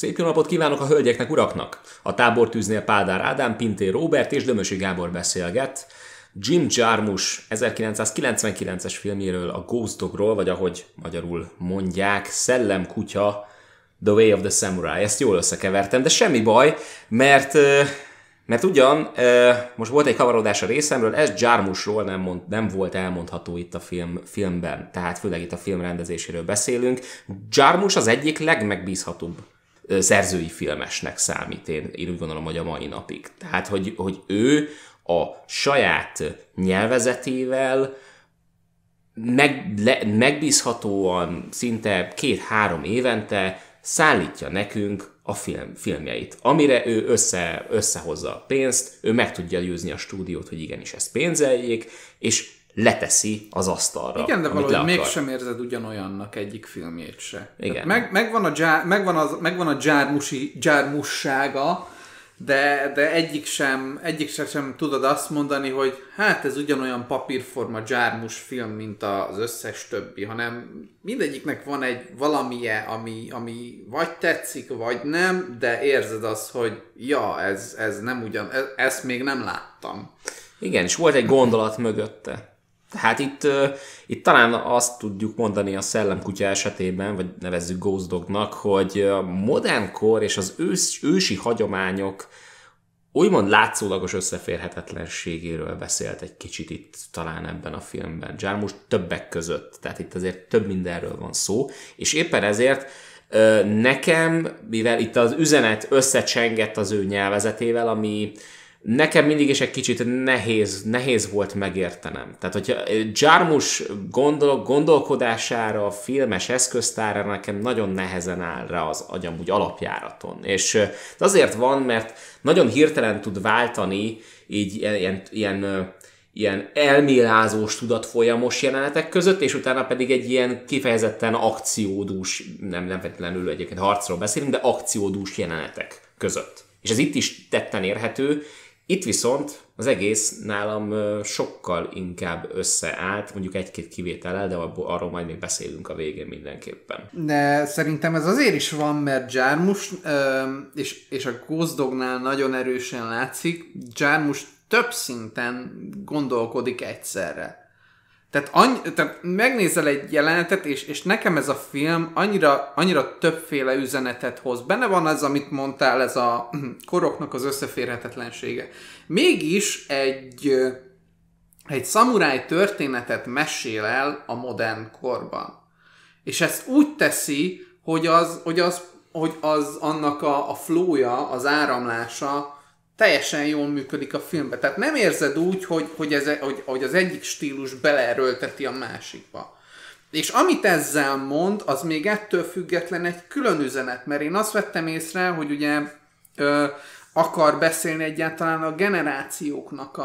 Szép jó napot kívánok a hölgyeknek, uraknak! A tábortűznél Pádár Ádám, Pintér Róbert és Dömösi Gábor beszélget Jim Jarmusch 1999-es filmjéről, a Ghost Dogról, vagy ahogy magyarul mondják, Szellemkutya, The Way of the Samurai. Ezt jól összekevertem, de semmi baj, mert ugyan most volt egy kavarodás a részemről, ez Jarmuschról nem volt elmondható itt a filmben, tehát főleg itt a film rendezéséről beszélünk. Jarmusch az egyik legmegbízhatóbb szerzői filmesnek számít, én úgy gondolom, hogy a mai napig. Tehát, hogy ő a saját nyelvezetével megbízhatóan szinte 2-3 évente szállítja nekünk a filmjeit. Amire ő összehozza a pénzt, ő meg tudja győzni a stúdiót, hogy igenis ezt pénzzeljék, és leteszi az asztalra. Igen, de valahogy mégsem érzed ugyanolyannak egyik filmjét se. Igen. Megvan a Jarmuschsága, de egyik sem tudod azt mondani, hogy hát ez ugyanolyan papírforma Jarmusch film, mint az összes többi, hanem mindegyiknek van egy valamije, ami vagy tetszik, vagy nem, de érzed azt, hogy ja, ez nem ugyan, ezt még nem láttam. Igen, és volt egy gondolat mögötte. Tehát itt talán azt tudjuk mondani a Szellemkutya esetében, vagy nevezzük Ghost Dognak, hogy a modern kor és az ősi hagyományok úgymond látszólagos összeférhetetlenségéről beszélt egy kicsit itt talán ebben a filmben. Jarmusch többek között, tehát itt azért több mindenről van szó, és éppen ezért nekem, mivel itt az üzenet összecsengett az ő nyelvezetével, ami nekem mindig is egy kicsit nehéz volt megértenem. Tehát, hogyha Jarmusch gondolkodására, a filmes eszköztára nekem nagyon nehezen áll rá az agyam úgy alapjáraton. És ez azért van, mert nagyon hirtelen tud váltani így ilyen elmélázós, tudatfolyamos jelenetek között, és utána pedig egy ilyen kifejezetten akciódús, nem feltétlenül egyébként harcról beszélünk, de akciódús jelenetek között. És ez itt is tetten érhető. Itt viszont az egész nálam sokkal inkább összeállt, mondjuk egy-két kivétellel, de arról majd még beszélünk a végén mindenképpen. De szerintem ez azért is van, mert Jarmusch, és a Ghost Dognál nagyon erősen látszik, Jarmusch több szinten gondolkodik egyszerre. Tehát megnézel egy jelenetet, és nekem ez a film annyira többféle üzenetet hoz. Benne van az, amit mondtál, ez a koroknak az összeférhetetlensége. Mégis egy szamuráj történetet mesél el a modern korban. És ezt úgy teszi, hogy az annak a flowja, az áramlása teljesen jól működik a filmben. Tehát nem érzed úgy, hogy az egyik stílus beleerőlteti a másikba. És amit ezzel mond, az még ettől független egy külön üzenet, mert én azt vettem észre, hogy ugye akar beszélni egyáltalán a generációknak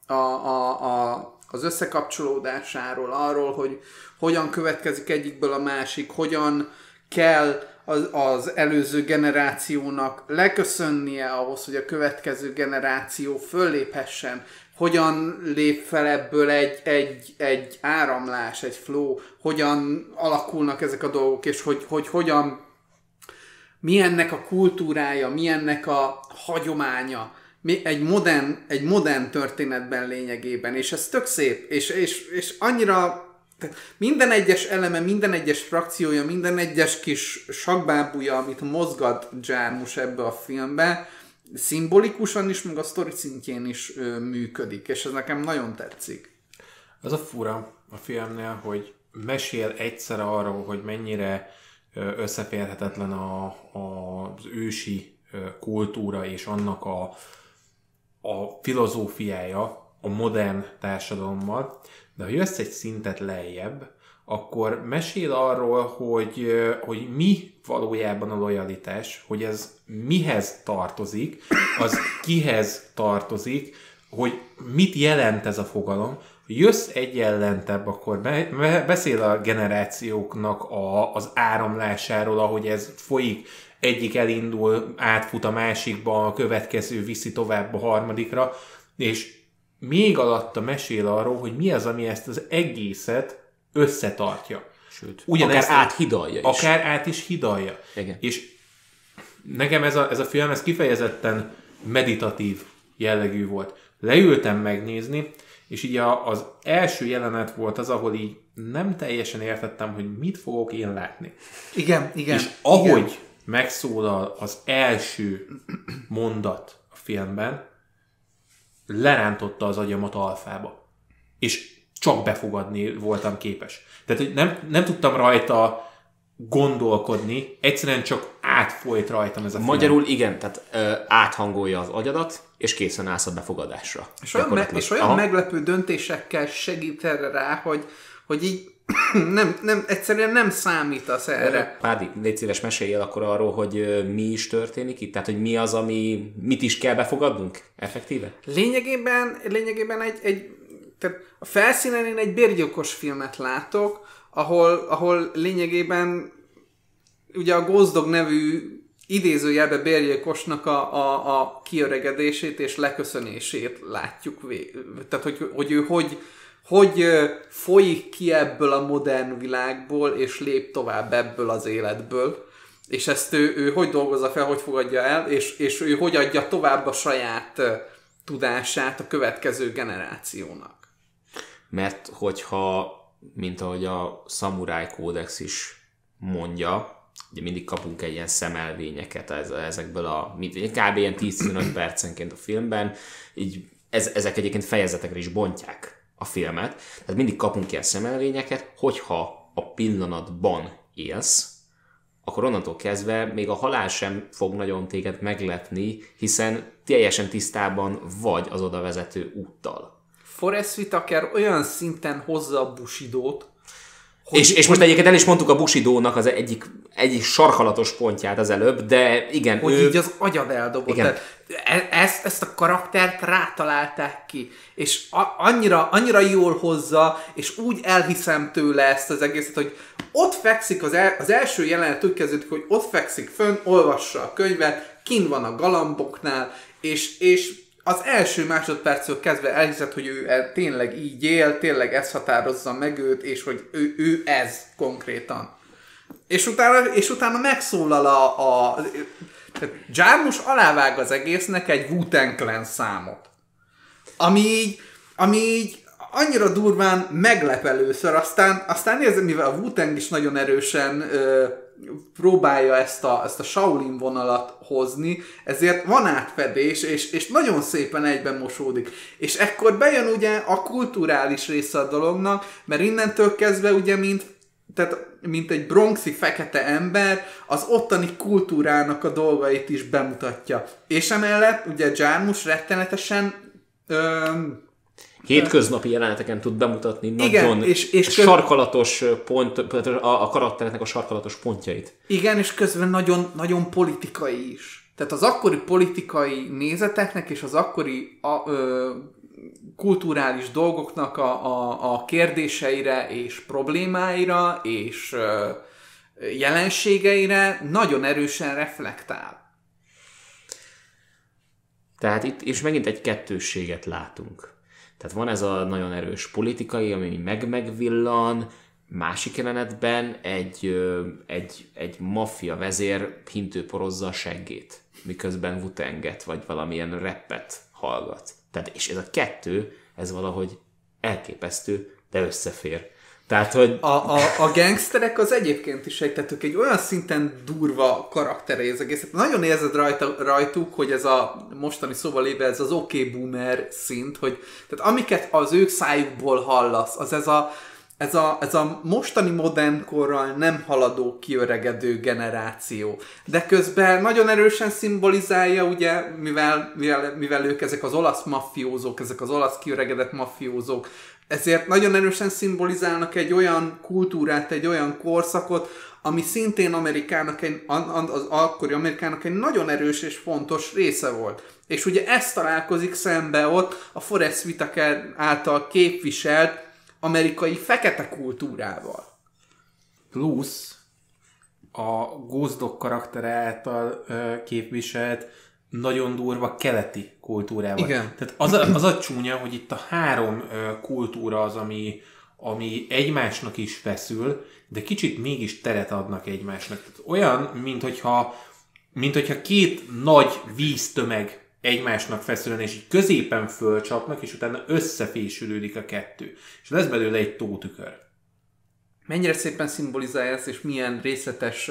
az összekapcsolódásáról, arról, hogy hogyan következik egyikből a másik, hogyan kell az előző generációnak leköszönnie ahhoz, hogy a következő generáció fölléphessen, hogyan lép fel ebből egy áramlás, egy flow, hogyan alakulnak ezek a dolgok, és hogy hogyan, mi ennek a kultúrája, mi ennek a hagyománya, egy modern történetben lényegében, és ez tök szép, és annyira minden egyes eleme, minden egyes frakciója, minden egyes kis sakkbábúja, amit mozgat Jarmusch ebbe a filmbe, szimbolikusan is, meg a sztori szintjén is működik, és ez nekem nagyon tetszik. Az a fura a filmnél, hogy mesél egyszer arról, hogy mennyire összeférhetetlen az ősi kultúra és annak a filozófiája a modern társadalommal, de ha jössz egy szintet lejjebb, akkor mesél arról, hogy mi valójában a lojalitás, hogy ez mihez tartozik, az kihez tartozik, hogy mit jelent ez a fogalom. Jössz egy ellentebb, akkor beszél a generációknak az áramlásáról, ahogy ez folyik, egyik elindul, átfut a másikba, a következő viszi tovább a harmadikra, és még alatta mesél arról, hogy mi az, ami ezt az egészet összetartja. Sőt, akár áthidalja is. Akár át is hidalja. Igen. És nekem ez a film ez kifejezetten meditatív jellegű volt. Leültem megnézni, és így az első jelenet volt az, ahol így nem teljesen értettem, hogy mit fogok én látni. Igen. És ahogy megszólal az első mondat a filmben, lerántotta az agyamat alfába. És csak befogadni voltam képes. Tehát, hogy nem tudtam rajta gondolkodni, egyszerűen csak átfolyt rajtam ez a film. Magyarul igen, tehát áthangolja az agyadat, és készen állsz a befogadásra. És olyan meglepő döntésekkel segít erre rá, hogy így egyszerűen nem számítasz erre. Párdi, légy szíves, meséljél akkor arról, hogy mi is történik itt? Tehát, hogy mi az, mit is kell befogadnunk effektíve? Lényegében tehát a felszínen én egy bérgyilkos filmet látok, ahol lényegében ugye a Ghost Dog nevű idézőjelbe bérgyilkosnak a kiöregedését és leköszönését látjuk. Tehát, hogy ő hogy folyik ki ebből a modern világból, és lép tovább ebből az életből. És ezt ő hogy dolgozza fel, hogy fogadja el, és ő hogy adja tovább a saját tudását a következő generációnak. Mert hogyha, mint ahogy a Szamuráj Kódex is mondja, ugye mindig kapunk egy ilyen szemelvényeket ezekből kb. Ilyen 10-15 percenként a filmben, így ezek egyébként fejezetekre is bontják a filmet, tehát mindig kapunk ilyen szemelvényeket, hogyha a pillanatban élsz, akkor onnantól kezdve még a halál sem fog nagyon téged meglepni, hiszen teljesen tisztában vagy az oda vezető úttal. Forest Whitaker olyan szinten hozza a Bushidót, és most egyébként el is mondtuk a Bushidónak az egyik sarkalatos pontját az előbb, de igen, hogy így az agyad eldobott. Ezt a karaktert rátalálták ki, és annyira jól hozza, és úgy elhiszem tőle ezt az egészet, hogy ott fekszik az első jelenet úgy kezdődik, hogy ott fekszik fönn, olvassa a könyvet, kint van a galamboknál, és az első másodperctől kezdve elhiszed, hogy ő tényleg így él, tényleg ez határozza meg őt, és hogy ő ez konkrétan. És utána megszólal Jarmusch alávág az egésznek egy Wu-Tang Clan számot. Ami így annyira durván meglep először, aztán érzem, mivel a Wu-Tang is nagyon erősen próbálja ezt a Shaolin vonalat hozni, ezért van átfedés, és nagyon szépen egyben mosódik. És ekkor bejön ugye a kulturális része a dolognak, mert innentől kezdve ugye mint egy bronxi fekete ember, az ottani kultúrának a dolgait is bemutatja. És emellett ugye Jarmusch rettenetesen hétköznapi jeleneteken tud bemutatni igen, nagyon sarkalatos pont, a karaktereknek a sarkalatos pontjait. Igen, és közben nagyon, nagyon politikai is. Tehát az akkori politikai nézeteknek és az akkori kulturális dolgoknak a kérdéseire és problémáira és jelenségeire nagyon erősen reflektál. Tehát itt és megint egy kettősséget látunk. Tehát van ez a nagyon erős politikai, ami megvillan, másik jelenetben egy maffia vezér hintőporozza a seggét, miközben Wu-Tanget vagy valamilyen rappet hallgat. Tehát, és ez a kettő, ez valahogy elképesztő, de összefér. Tehát, hogy... A gangsterek az egyébként is egy olyan szinten durva karaktere az egész. Nagyon érzed rajtuk, hogy ez a mostani szóval lévő, ez az OK boomer szint, hogy tehát amiket az ők szájukból hallasz, az ez a mostani modern korral nem haladó, kiöregedő generáció. De közben nagyon erősen szimbolizálja, ugye, mivel ők ezek az olasz maffiózók, ezek az olasz kiöregedett maffiózók, ezért nagyon erősen szimbolizálnak egy olyan kultúrát, egy olyan korszakot, ami szintén az akkori Amerikának egy nagyon erős és fontos része volt. És ugye ez találkozik szembe ott a Forest Whitaker által képviselt amerikai fekete kultúrával. Plusz a Ghost Dog karaktere által képviselt nagyon durva keleti kultúrával. Igen. Tehát az a csúnya, hogy itt a három kultúra az, ami egymásnak is feszül, de kicsit mégis teret adnak egymásnak. Tehát olyan, minthogyha mint hogyha két nagy víztömeg egymásnak feszülne, és így középen fölcsapnak, és utána összefésülődik a kettő. És lesz belőle egy tótükör. Mennyire szépen szimbolizálja ezt, és milyen részletes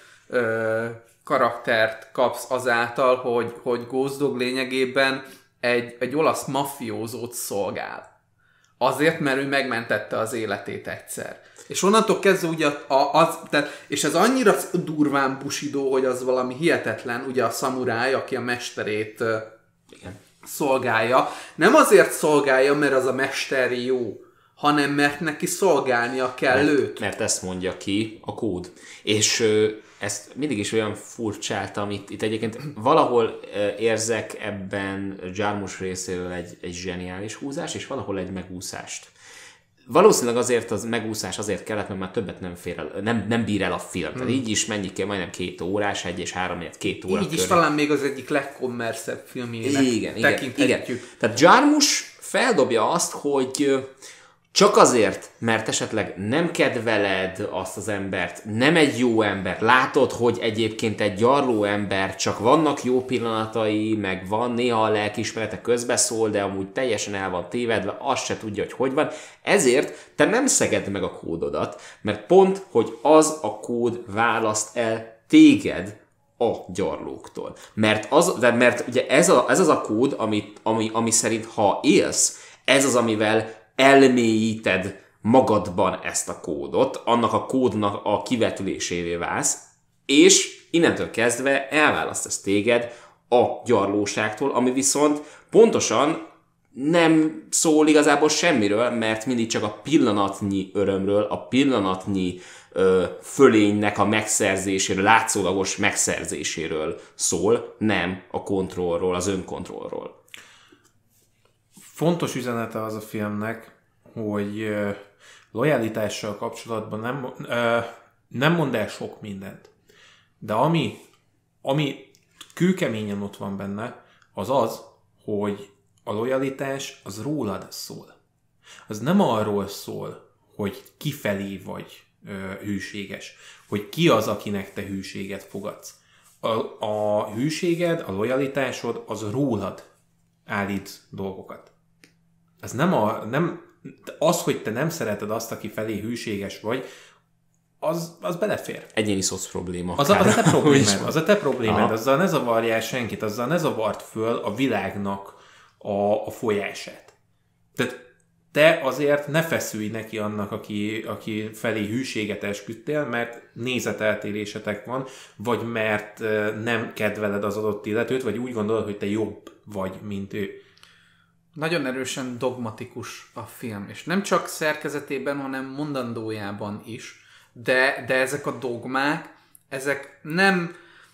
karaktert kapsz azáltal, hogy Ghost Dog lényegében egy olasz mafiózót szolgál. Azért, mert ő megmentette az életét egyszer. És onnantól kezdve ugye és ez annyira durván busidó, hogy az valami hihetetlen, ugye a szamuráj, aki a mesterét szolgálja. Nem azért szolgálja, mert az a mester jó, hanem mert neki szolgálnia kell őt. Mert ezt mondja ki a kód. És ezt mindig is olyan furcsáltam, itt egyébként valahol érzek ebben Jarmusch részéről egy zseniális húzás, és valahol egy megúszást. Valószínűleg azért az megúszás azért kellett, mert már többet nem bír el a film. Tehát így is mennyi kell, majdnem 2 órás, 1 és 3, 2 óra. Így is talán még az egyik legkommerszebb filmjének tekinthetjük. Igen. Tehát Jarmusch feldobja azt, hogy csak azért, mert esetleg nem kedveled azt az embert, nem egy jó ember, látod, hogy egyébként egy gyarló ember, csak vannak jó pillanatai, meg van néha a lelkiismerete közbeszól, de amúgy teljesen el van tévedve, azt se tudja, hogy van. Ezért te nem szeged meg a kódodat, mert pont, hogy az a kód választ el téged a gyarlóktól. Mert ugye ez az a kód, ami szerint ha élsz, ez az, amivel elmélyíted magadban ezt a kódot, annak a kódnak a kivetülésévé válsz, és innentől kezdve elválaszt ez téged a gyarlóságtól, ami viszont pontosan nem szól igazából semmiről, mert mindig csak a pillanatnyi örömről, a pillanatnyi fölénynek a megszerzéséről, látszólagos megszerzéséről szól, nem a kontrollról, az önkontrollról. Fontos üzenete az a filmnek, hogy lojalitással kapcsolatban nem mond el sok mindent. De ami kőkeményen ott van benne, az, hogy a lojalitás az rólad szól. Az nem arról szól, hogy kifelé vagy hűséges, hogy ki az, akinek te hűséget fogadsz. A hűséged, a lojalitásod az rólad állít dolgokat. Ez az, hogy te nem szereted azt, aki felé hűséges vagy, az belefér. Egyéni szoc probléma. Az a te problémád, azzal ne zavarjál senkit, azzal ne zavart föl a világnak a folyását. Tehát te azért ne feszülj neki annak, aki felé hűséget esküdtél, mert nézeteltérésetek van, vagy mert nem kedveled az adott illetőt, vagy úgy gondolod, hogy te jobb vagy, mint ő. Nagyon erősen dogmatikus a film, és nem csak szerkezetében, hanem mondandójában is, de ezek a dogmák, ezek nem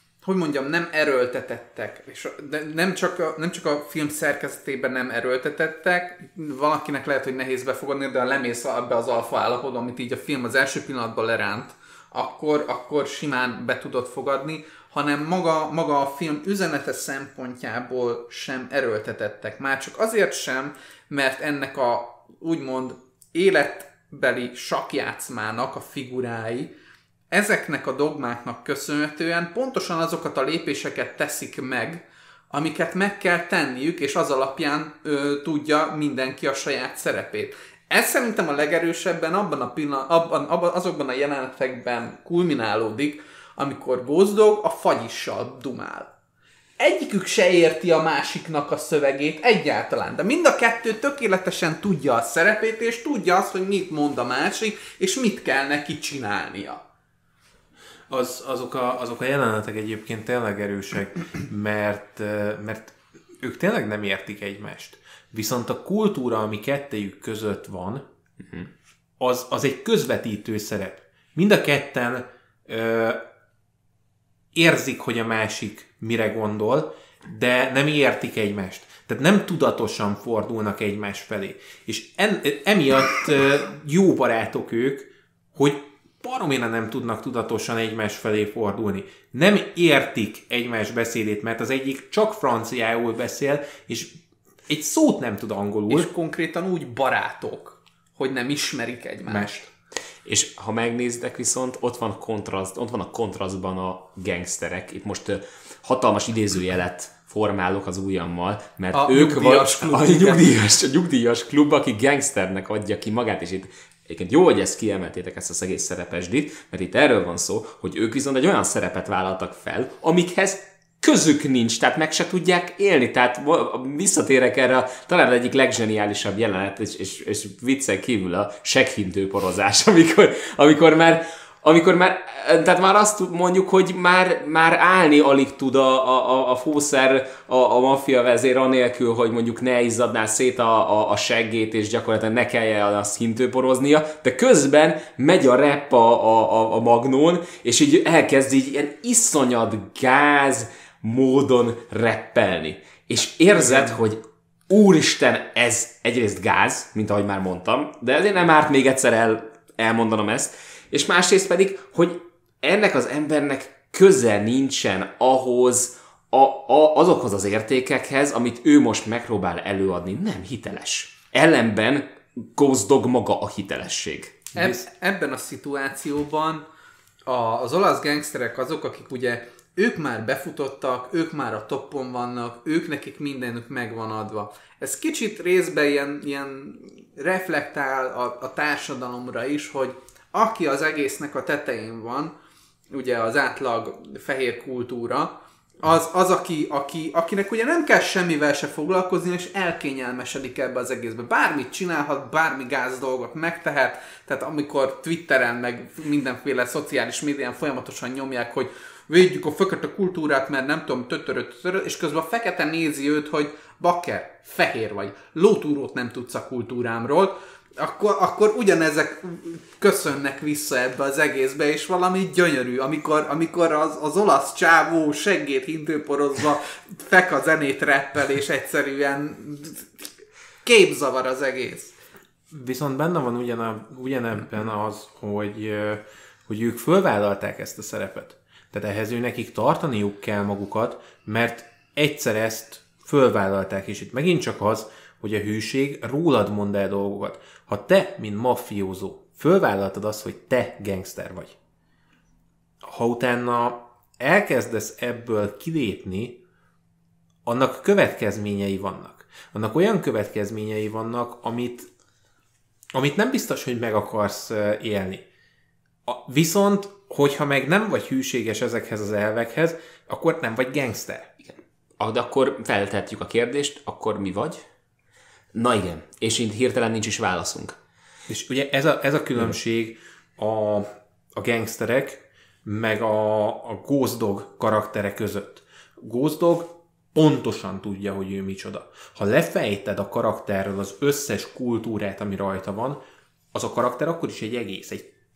erőltetettek, és nem csak a film szerkezetében nem erőltetettek, valakinek lehet, hogy nehéz befogadni, de ha lemész ebbe az alfa állapotba, amit így a film az első pillanatban leránt, akkor simán be tudod fogadni, hanem maga a film üzenete szempontjából sem erőltetettek. Már csak azért sem, mert ennek a úgymond életbeli sakkjátszmának a figurái ezeknek a dogmáknak köszönhetően pontosan azokat a lépéseket teszik meg, amiket meg kell tenniük, és az alapján tudja mindenki a saját szerepét. Ez szerintem a legerősebben azokban a jelenetekben kulminálódik, amikor Ghost Dog a fagyissal dumál. Egyikük se érti a másiknak a szövegét egyáltalán, de mind a kettő tökéletesen tudja a szerepét, és tudja azt, hogy mit mond a másik, és mit kell neki csinálnia. Azok a jelenetek egyébként tényleg erősek, mert ők tényleg nem értik egymást. Viszont a kultúra, ami kettejük között van, az egy közvetítő szerep. Mind a ketten érzik, hogy a másik mire gondol, de nem értik egymást. Tehát nem tudatosan fordulnak egymás felé. És emiatt jó barátok ők, hogy baromira nem tudnak tudatosan egymás felé fordulni. Nem értik egymás beszédét, mert az egyik csak franciául beszél, és egy szót nem tud angolul. És konkrétan úgy barátok, hogy nem ismerik egymást. És ha megnézitek viszont, ott van a kontrasztban a gangsterek. Itt most hatalmas idézőjelet formálok az ujjammal, mert a ők nyugdíjas klub, a nyugdíjas klub, aki gangsternek adja ki magát, és itt egyébként jó, hogy ezt kiemeltétek, ezt az egész szerepesdit, mert itt erről van szó, hogy ők viszont egy olyan szerepet vállaltak fel, amikhez közük nincs, tehát meg se tudják élni. Tehát visszatérek erre talán egyik legzseniálisabb jelenet, és viccen kívül a segghintőporozás, amikor már tehát már azt mondjuk, hogy már állni alig tud a fószer, a maffia vezér anélkül, hogy mondjuk ne izzadná szét a seggét, és gyakorlatilag ne kelljen azt hintőporoznia, de közben megy a rep a magnón, és így elkezd így ilyen iszonyat gáz módon reppelni. És érzed, hogy úristen, ez egyrészt gáz, mint ahogy már mondtam, de ezért nem árt még egyszer elmondanom ezt, és másrészt pedig, hogy ennek az embernek köze nincsen ahhoz, azokhoz az értékekhez, amit ő most megpróbál előadni. Nem hiteles. Ellenben Ghost Dog maga a hitelesség. Ebben a szituációban az olasz gangsterek azok, akik ugye ők már befutottak, ők már a toppon vannak, ők nekik mindenük meg van adva. Ez kicsit részben ilyen reflektál a társadalomra is, hogy aki az egésznek a tetején van, ugye az átlag fehér kultúra, az akinek ugye nem kell semmivel se foglalkozni, és elkényelmesedik ebbe az egészbe. Bármit csinálhat, bármi gáz dolgot megtehet, tehát amikor Twitteren, meg mindenféle szociális médián folyamatosan nyomják, hogy védjük a fekete kultúrát, mert nem tudom, és közben a fekete nézi őt, hogy bakker, fehér vagy, lótúrót nem tudsz a kultúrámról, akkor ugyanezek köszönnek vissza ebbe az egészbe, és valami gyönyörű, amikor az olasz csávó seggét hintőporozva fek a zenét reppel, és egyszerűen képzavar az egész. Viszont benne van ugyanebben az, hogy ők fölvállalták ezt a szerepet. Tehát ehhez nekik tartaniuk kell magukat, mert egyszer ezt fölvállalták, és itt megint csak az, hogy a hűség rólad mond el dolgokat. Ha te, mint maffiózó, fölvállaltad azt, hogy te gangster vagy, ha utána elkezdesz ebből kilépni, annak következményei vannak. Annak olyan következményei vannak, amit nem biztos, hogy meg akarsz élni. Viszont, hogyha meg nem vagy hűséges ezekhez az elvekhez, akkor nem vagy gangster. Igen. De akkor feltehetjük a kérdést, akkor mi vagy? Na igen, és így hirtelen nincs is válaszunk. És ugye ez a különbség a gangsterek meg a Ghost Dog karaktere között. Ghost Dog pontosan tudja, hogy ő micsoda. Ha lefejted a karakterről az összes kultúrát, ami rajta van, az a karakter akkor is egy egész,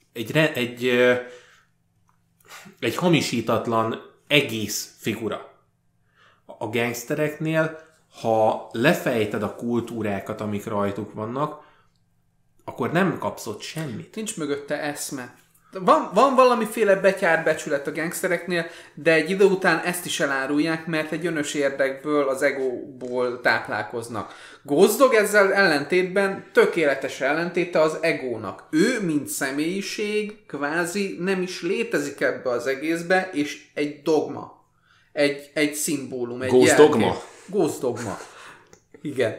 egy hamisítatlan egész figura. A gangstereknél, ha lefejted a kultúrákat, amik rajtuk vannak, akkor nem kapsz ott semmit. Nincs mögötte eszme. Van valamiféle betyárbecsület a gangstereknél, de egy idő után ezt is elárulják, mert egy önös érdekből, az egóból táplálkoznak. Ghost Dog ezzel ellentétben tökéletes ellentéte az egónak. Ő, mint személyiség, kvázi nem is létezik ebbe az egészbe, és egy dogma. Egy szimbólum. Egy Ghost Dogma? Ghost Dogma. Igen.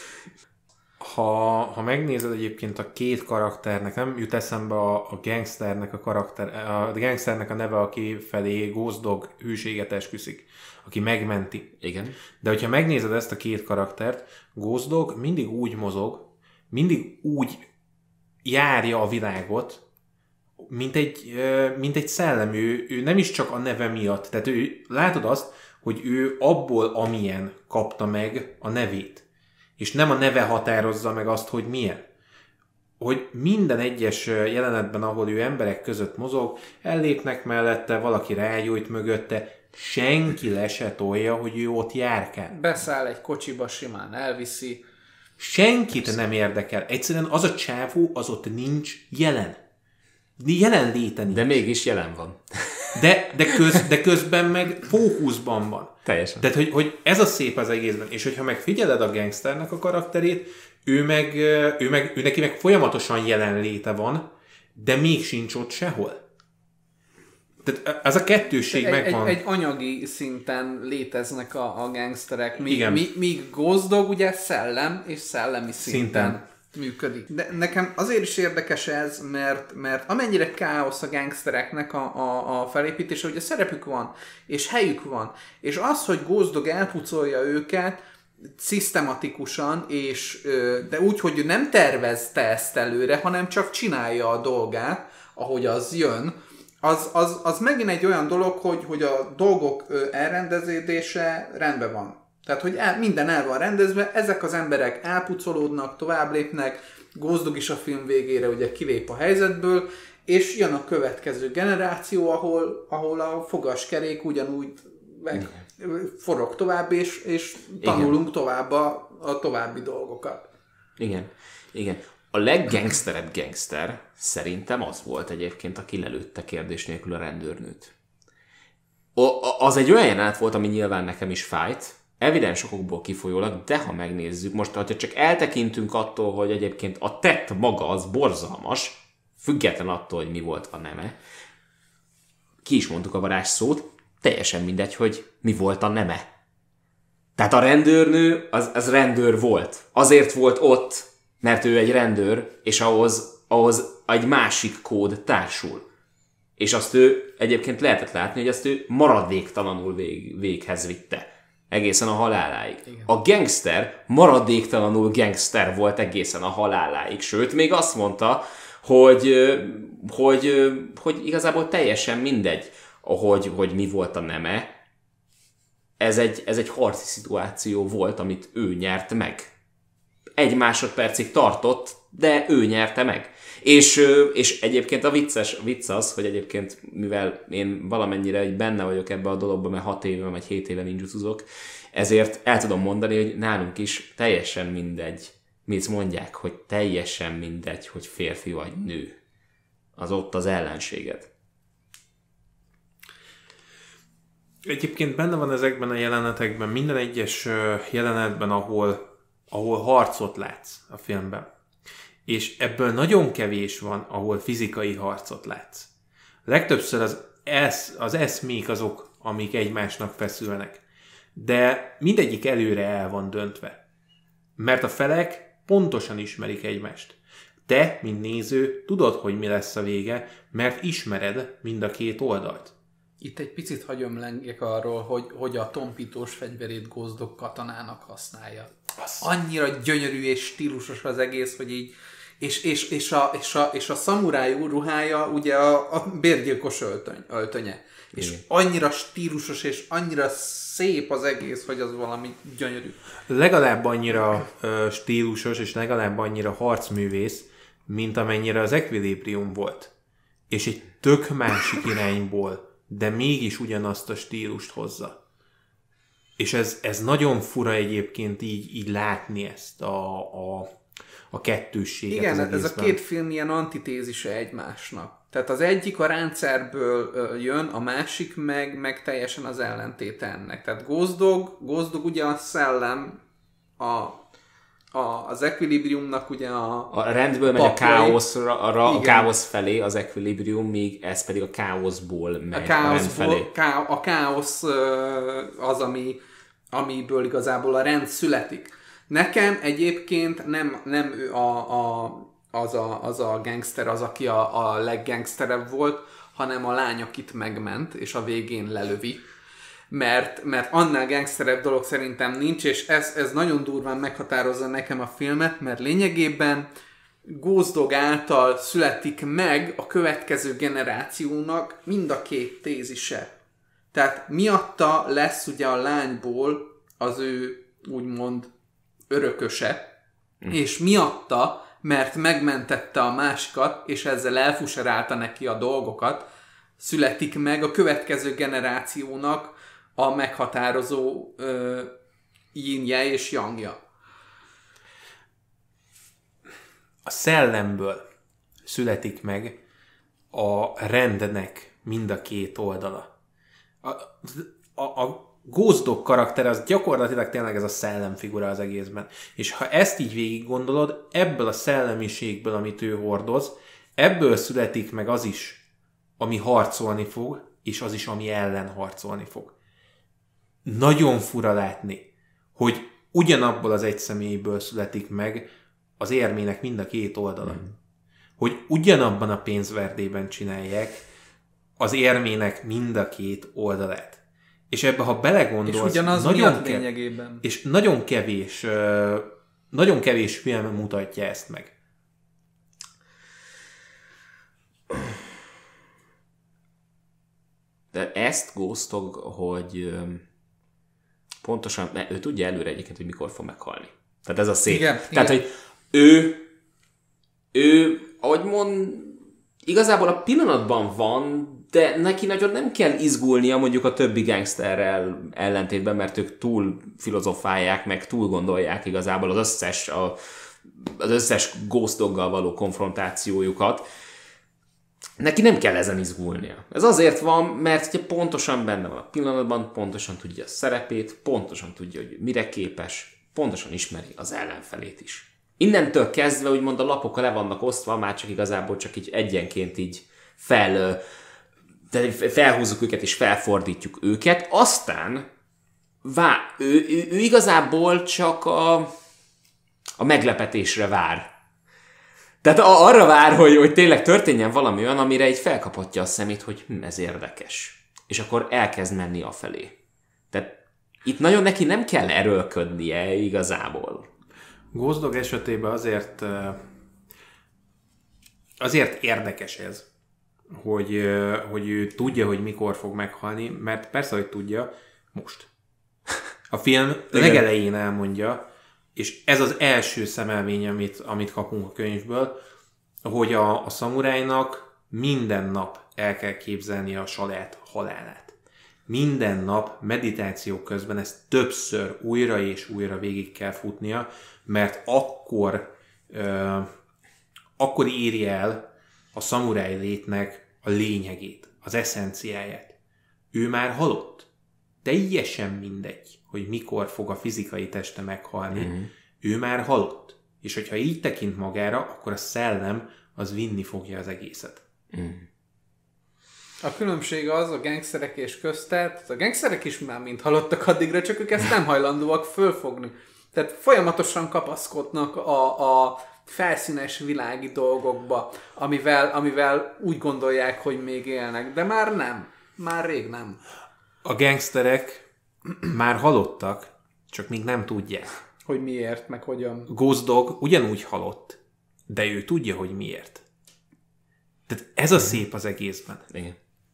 Ha megnézed egyébként a két karakternek, nem jut eszembe a gangsternek a neve, aki felé Ghost Dog hűséget esküszik, aki megmenti. Igen. De hogyha megnézed ezt a két karaktert, Ghost Dog mindig úgy mozog, mindig úgy járja a világot, mint egy szellem. Ő nem is csak a neve miatt. Tehát látod azt, hogy ő abból, amilyen kapta meg a nevét. És nem a neve határozza meg azt, hogy milyen. Hogy minden egyes jelenetben, ahol ő emberek között mozog, ellépnek mellette, valaki rágyújt mögötte, senki le se tolja, hogy ő ott járkál. Beszáll egy kocsiba, simán elviszi. Senkit nem érdekel. Egyszerűen az a csávó, az ott nincs jelen. Jelenléte nincs. De mégis jelen van. De közben meg fókuszban van. Teljesen. Tehát, hogy ez a szép az egészben. És hogyha megfigyeled a gangsternek a karakterét, ő neki meg folyamatosan jelenléte van, de még sincs ott sehol. Tehát ez a kettőség megvan. Egy anyagi szinten léteznek a gangsterek, míg Ghost Dog ugye szellem és szellemi szinten működik. De nekem azért is érdekes ez, mert amennyire káosz a gangstereknek a felépítése, ugye szerepük van, és helyük van, és az, hogy Ghost Dog elpucolja őket szisztematikusan, de úgy, hogy ő nem tervezte ezt előre, hanem csak csinálja a dolgát, ahogy az jön, az megint egy olyan dolog, hogy a dolgok elrendezése rendben van. Tehát, hogy minden el van rendezve, ezek az emberek elpucolódnak, tovább lépnek, Ghost Dog is a film végére ugye kilép a helyzetből, és jön a következő generáció, ahol a fogaskerék ugyanúgy forog tovább, és tanulunk tovább a további dolgokat. Igen. A leggangsterebb gangster szerintem az volt egyébként, aki lelőtte kérdés nélkül a rendőrnőt. Az egy olyan jelenet volt, ami nyilván nekem is fájt, evidens okokból kifolyólag, de ha megnézzük, most ha csak eltekintünk attól, hogy egyébként a tett maga az borzalmas, független attól, hogy mi volt a neme, ki is mondtuk a varázsszót, teljesen mindegy, hogy mi volt a neme. Tehát a rendőrnő az rendőr volt. Azért volt ott, mert ő egy rendőr, és ahhoz egy másik kód társul. És azt ő egyébként lehetett látni, hogy azt ő maradéktalanul véghez vitte. Egészen a haláláig. Igen. A gangster maradéktalanul gangster volt egészen a haláláig. Sőt, még azt mondta, hogy igazából teljesen mindegy, hogy mi volt a neme. Ez egy harci szituáció volt, amit ő nyert meg. 1 másodpercig tartott, de ő nyerte meg. És egyébként a vicc az, hogy egyébként, mivel én valamennyire benne vagyok ebbe a dologban, mert 6 éve vagy 7 éve ninjutuzok, ezért el tudom mondani, hogy nálunk is teljesen mindegy, mit mondják, hogy teljesen mindegy, hogy férfi vagy nő. Az ott az ellenséged. Egyébként benne van ezekben a jelenetekben, minden egyes jelenetben, ahol harcot látsz a filmben. És ebből nagyon kevés van, ahol fizikai harcot látsz. Legtöbbször az eszmék azok, amik egymásnak feszülnek. De mindegyik előre el van döntve. Mert a felek pontosan ismerik egymást. Te, mint néző, tudod, hogy mi lesz a vége, mert ismered mind a két oldalt. Itt egy picit hagyomlengek arról, hogy a tompítós fegyverét Ghost Dog katonának használja. Annyira gyönyörű és stílusos az egész, hogy így és a szamurájú ruhája ugye a bérgyilkos öltönye. És annyira stílusos és annyira szép az egész, hogy az valami gyönyörű. Legalább annyira stílusos és legalább annyira harcművész, mint amennyire az Equilibrium volt. És egy tök másik irányból, de mégis ugyanazt a stílust hozza. És ez nagyon fura egyébként így látni ezt a kettősséget. Igen, ez a két film ilyen antitézise egymásnak. Tehát az egyik a rendszerből jön, a másik meg teljesen az ellentéte ennek. Tehát Ghost Dog ugye a szellem, az Equilibriumnak ugye a rendből megy a káosz felé, az Equilibrium, míg ez pedig a káoszból megy a rend felé. A káosz az, amiből igazából a rend születik. Nekem egyébként nem ő az a gangster, az, aki a leggangsterebb volt, hanem a lány, akit megment, és a végén lelövi. Mert annál gangsterebb dolog szerintem nincs, és ez nagyon durván meghatározza nekem a filmet, mert lényegében Ghost Dog által születik meg a következő generációnak mind a két tézise. Tehát miatta lesz ugye a lányból az ő úgymond örököse, és miatta, mert megmentette a másikat, és ezzel elfuserálta neki a dolgokat, születik meg a következő generációnak a meghatározó yinje és yangja. A szellemből születik meg a rendnek mind a két oldala. A Ghost Dog karakter az gyakorlatilag tényleg ez a szellemfigura az egészben. És ha ezt így végig gondolod, ebből a szellemiségből, amit ő hordoz, Ebből születik meg az is, ami harcolni fog, és az is, ami ellen harcolni fog. Nagyon fura látni, hogy ugyanabból az egy személyből születik meg az érmének mind a két oldala. Hogy ugyanabban a pénzverdében csinálják az érmének mind a két oldalát. És ebbe, ha belegondolsz... És ugyanaz miatt lényegében. És nagyon kevés film mutatja ezt meg. De ezt Ghost Dog, hogy pontosan, ő tudja előre egyébként, hogy mikor fog meghalni. Tehát ez a szép. Igen, tehát, igen. hogy ő, ahogy mond, igazából a pillanatban van, de neki nagyon nem kell izgulnia mondjuk a többi gangsterrel ellentétben, mert ők túl filozofálják, meg túl gondolják igazából az összes Ghost Doggal való konfrontációjukat. Neki nem kell ezen izgulnia. Ez azért van, mert ugye pontosan benne van a pillanatban, pontosan tudja a szerepét, pontosan tudja, hogy mire képes, pontosan ismeri az ellenfelét is. Innentől kezdve úgymond a lapok le vannak osztva, már csak igazából csak így egyenként így felhúzzuk őket és felfordítjuk őket, aztán ő igazából csak a meglepetésre vár. Tehát arra vár, hogy tényleg történjen valami olyan, amire így felkaphatja a szemét, hogy ez érdekes. És akkor elkezd menni afelé. Tehát itt nagyon neki nem kell erőlködnie igazából. Ghost Dog esetében azért érdekes ez, hogy ő tudja, hogy mikor fog meghalni, mert persze, hogy tudja, most. A film legelején elmondja, és ez az első szemelmény, amit kapunk a könyvből, hogy a szamurájnak minden nap el kell képzelni a saját halálát. Minden nap meditáció közben ezt többször újra és újra végig kell futnia, mert akkor éri el a szamuráj létnek a lényegét, az eszenciáját. Ő már halott. Teljesen mindegy, hogy mikor fog a fizikai teste meghalni. Ő már halott. És hogyha így tekint magára, akkor a szellem az vinni fogja az egészet. A különbség az a gangsterek és köztet, a gangsterek is már mind halottak addigra, csak ők ezt nem hajlandóak fölfogni. Tehát folyamatosan kapaszkodnak a felszínes világi dolgokba, amivel úgy gondolják, hogy még élnek. De már nem. Már rég nem. A gangsterek már halottak, csak még nem tudják. Hogy miért, meg hogyan. Ghost Dog ugyanúgy halott, de ő tudja, hogy miért. Tehát ez a szép az egészben. Igen.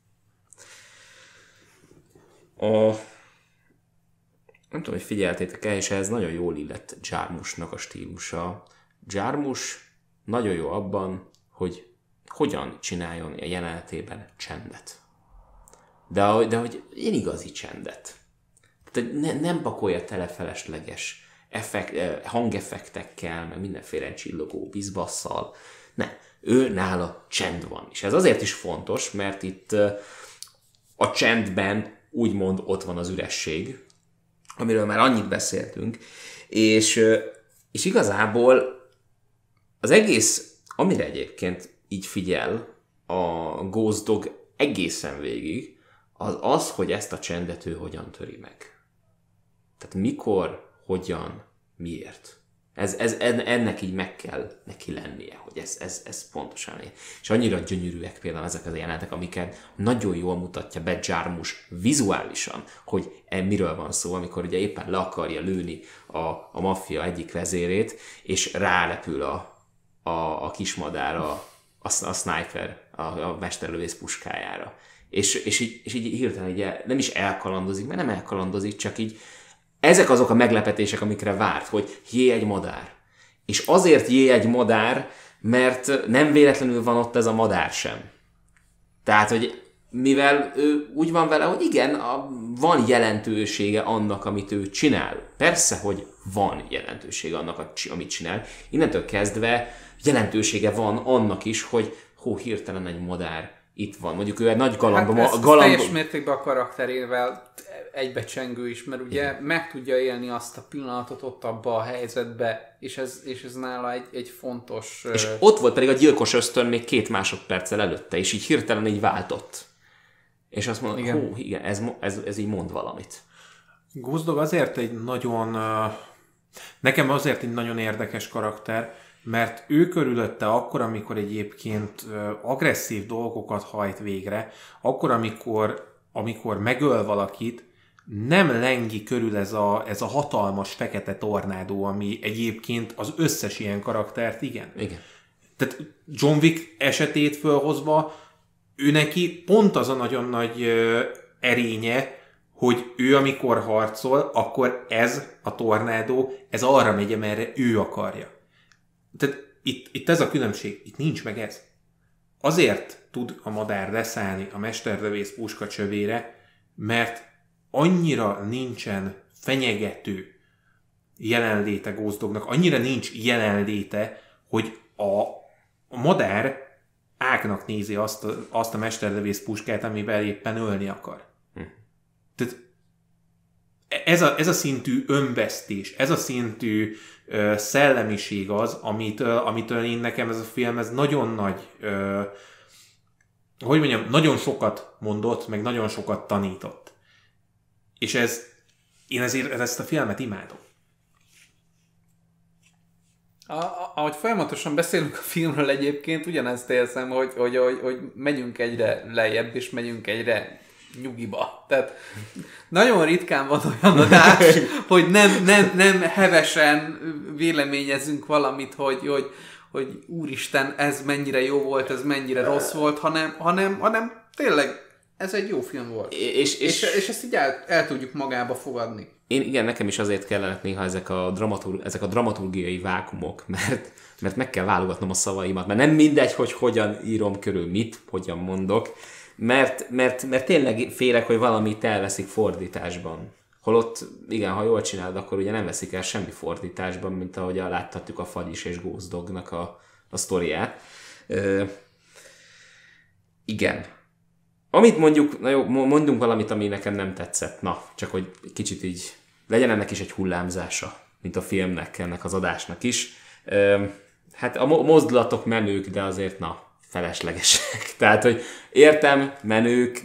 Nem tudom, hogy figyeltétek-e, és ez nagyon jól illett Jarmuschnak a stílusa. Jarmusch nagyon jó abban, hogy hogyan csináljon a jelenetében csendet. De hogy ilyen igazi csendet. Tehát nem pakolja tele felesleges hangeffektekkel, meg mindenféle csillogó bizbasszal. Nem. Ő nála csend van. És ez azért is fontos, mert itt a csendben úgymond ott van az üresség, amiről már annyit beszéltünk, és igazából az egész, amire egyébként így figyel a Ghost Dog egészen végig, az, hogy ezt a csendet ő hogyan töri meg. Tehát mikor, hogyan, miért. Ennek így meg kell neki lennie, hogy ez pontosan ér. És annyira gyönyörűek például ezek az jelenetek, amiket nagyon jól mutatja be Jarmusch vizuálisan, hogy miről van szó, amikor ugye éppen le akarja lőni a maffia egyik vezérét, és rálepül a kismadár a sniper, a mesterlövész puskájára. És így hirtelen ugye nem is elkalandozik, mert nem elkalandozik, csak így ezek azok a meglepetések, amikre várt, hogy jé, egy madár. És azért jé, egy madár, mert nem véletlenül van ott ez a madár sem. Tehát, hogy mivel ő úgy van vele, hogy igen, van jelentősége annak, amit ő csinál. Persze, hogy van jelentősége annak, amit csinál. Innentől kezdve jelentősége van annak is, hogy hirtelen egy madár itt van. Mondjuk ő egy nagy galambban... Hát teljes mértékben a karakterével egybecsengő is, mert ugye meg tudja élni azt a pillanatot ott abba a helyzetbe, és ez nála egy fontos... És ott volt pedig a gyilkos ösztön még 2 másodperccel előtte, és így hirtelen így váltott. És azt mondta, hú, igen, ez így mond valamit. Ghost Dog azért egy nagyon... Nekem azért egy nagyon érdekes karakter, mert ő körülötte akkor, amikor egyébként agresszív dolgokat hajt végre, akkor, amikor megöl valakit, nem lengi körül ez a hatalmas fekete tornádó, ami egyébként az összes ilyen karaktert, igen. Tehát John Wick esetét fölhozva, ő neki pont az a nagyon nagy erénye, hogy ő amikor harcol, akkor ez a tornádó, ez arra megy, amerre ő akarja. Tehát itt ez a különbség, itt nincs meg ez. Azért tud a madár leszállni a mesterlövész puska csövére, mert annyira nincsen fenyegető jelenléte Ghost Dognak, annyira nincs jelenléte, hogy a madár ágnak nézi azt a mesterlövész puskát, amivel éppen ölni akar. Tehát ez a szintű önvesztés, ez a szintű szellemiség az, amitől én nekem ez a film, ez nagyon nagy, hogy mondjam, nagyon sokat mondott, meg nagyon sokat tanított. És én ezért ezt a filmet imádom. Ahogy folyamatosan beszélünk a filmről egyébként, ugyanezt érzem, hogy megyünk egyre lejjebb, és megyünk egyre nyugiba. Tehát nagyon ritkán van olyan adás, hogy nem hevesen véleményezünk valamit, hogy úristen, ez mennyire jó volt, ez mennyire rossz volt, hanem tényleg ez egy jó film volt. És ezt így el tudjuk magába fogadni. Igen, nekem is azért kellenek néha ezek a dramaturgiai vákumok, mert meg kell válogatnom a szavaimat, mert nem mindegy, hogy hogyan írom körül mit, hogyan mondok, mert tényleg félek, hogy valamit elveszik fordításban. Holott, igen, ha jól csinálod, akkor ugye nem veszik el semmi fordításban, mint ahogy láthatjuk a Fagyis és Ghost Dognak a sztoriát. Igen. Amit mondjuk, na jó, mondjunk valamit, ami nekem nem tetszett. Na, csak hogy kicsit így legyen ennek is egy hullámzása, mint a filmnek, ennek az adásnak is. Hát a mozdulatok menők, de azért feleslegesek. Tehát, hogy értem, menők,